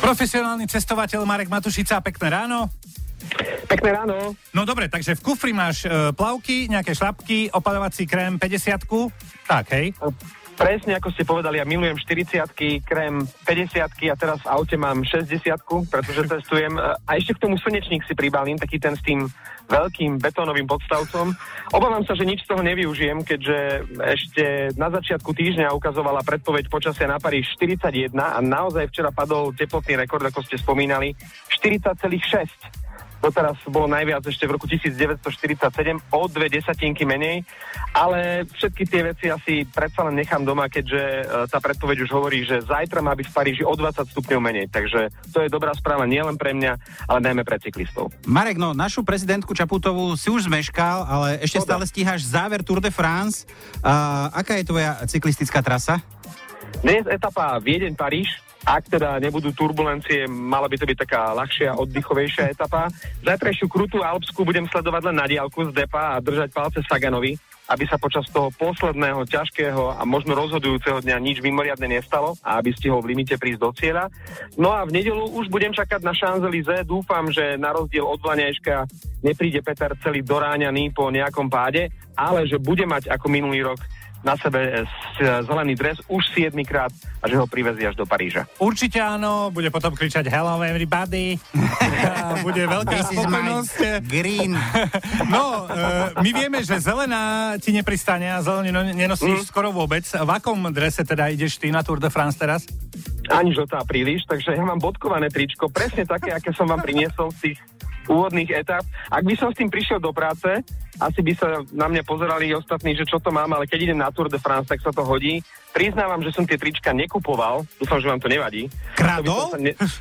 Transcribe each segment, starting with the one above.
Profesionálny cestovateľ Marek Matušica, pekné ráno. Pekné ráno. No dobre, takže v kufri máš plavky, nejaké šlapky, opaľovací krém 50-ku. Tak, hej. Presne ako ste povedali, ja milujem 40-ky, krém 50-ky a teraz v aute mám 60-ku, pretože testujem. A ešte k tomu slnečník si pribalím, taký ten s tým veľkým betónovým podstavcom. Obávam sa, že nič z toho nevyužijem, keďže ešte na začiatku týždňa ukazovala predpoveď počasia na Paríž 41 a naozaj včera padol teplotný rekord, ako ste spomínali, 40,6. Doteraz bolo najviac ešte v roku 1947, o 0,2 menej, ale všetky tie veci asi predsa len nechám doma, keďže tá predpoveď už hovorí, že zajtra má byť v Paríži o 20 stupňov menej, takže to je dobrá správa nielen pre mňa, ale najmä pre cyklistov. Marek, no našu prezidentku Čaputovú si už zmeškal, ale ešte stále stíhaš záver Tour de France. Aká je tvoja cyklistická trasa? Dnes etapa Viedeň-Paríž. Ak teda nebudú turbulencie, mala by to byť taká ľahšia, oddychovejšia etapa. Zajtrajšiu krutú alpskú budem sledovať len na diaľku z depa a držať palce Saganovi, aby sa počas toho posledného, ťažkého a možno rozhodujúceho dňa nič mimoriadne nestalo a aby stihol v limite prísť do cieľa. No a v nedeľu už budem čakať na Champs-Élysées. Dúfam, že na rozdiel od Vlaňajška nepríde Peter celý doráňaný po nejakom páde, ale že bude mať ako minulý rok na sebe zelený dres už 7-krát a že ho privezie až do Paríža. Určite áno, bude potom kričať hello everybody. Bude veľká spokojnosť. Green. No, my vieme, že zelená ti nepristane a zelenú nenosíš skoro vôbec. V akom drese teda ideš ty na Tour de France teraz? Ani žltá príliš, takže ja mám bodkované tričko, presne také, aké som vám priniesol z tých úvodných etap. Ak by som s tým prišiel do práce, asi by sa na mňa pozerali ostatní, že čo to mám, ale keď idem na Tour de France, tak sa to hodí. Priznávam, že som tie trička nekupoval. Dúfam, že vám to nevadí. Kradol?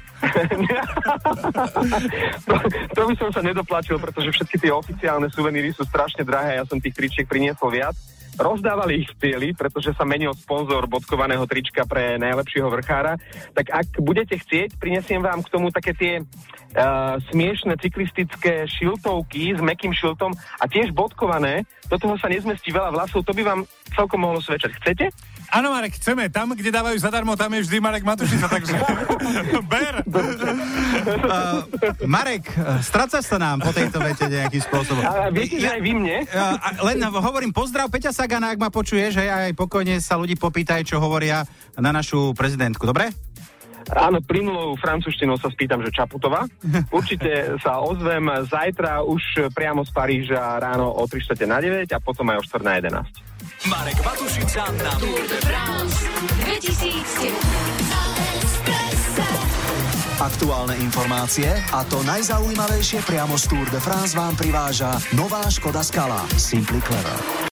To by som sa nedoplatil, pretože všetky tie oficiálne suveníry sú strašne drahé. Ja som tých tričiek priniesol viac. Rozdávali ich v cieli, pretože sa menil sponzor bodkovaného trička pre najlepšieho vrchára. Tak ak budete chcieť, prinesiem vám k tomu také tie smiešné cyklistické šiltovky s mäkkým šiltom a tiež bodkované. Do toho sa nezmestí veľa vlasov, to by vám celkom mohlo svedčať. Chcete? Áno, Marek, chceme. Tam, kde dávajú zadarmo, tam je vždy Marek Matušica, takže ber. Marek, strácaš sa nám po tejto vete nejakým spôsobom. Ale viete, že aj vy mne? Len hovorím, pozdrav Peťa Sagana, ak ma počuješ, že aj pokojne sa ľudí popýtaj, čo hovoria na našu prezidentku, dobre? Áno, plynulou francúzštinou sa spýtam, že Čaputová. Určite sa ozvem zajtra už priamo z Paríža ráno o 8:45 a potom aj o 8:45. Marek Matušica na Tour de France 2010. Aktuálne informácie a to najzaujímavejšie priamo z Tour de France vám priváža nová Škoda Scala Simply Clever.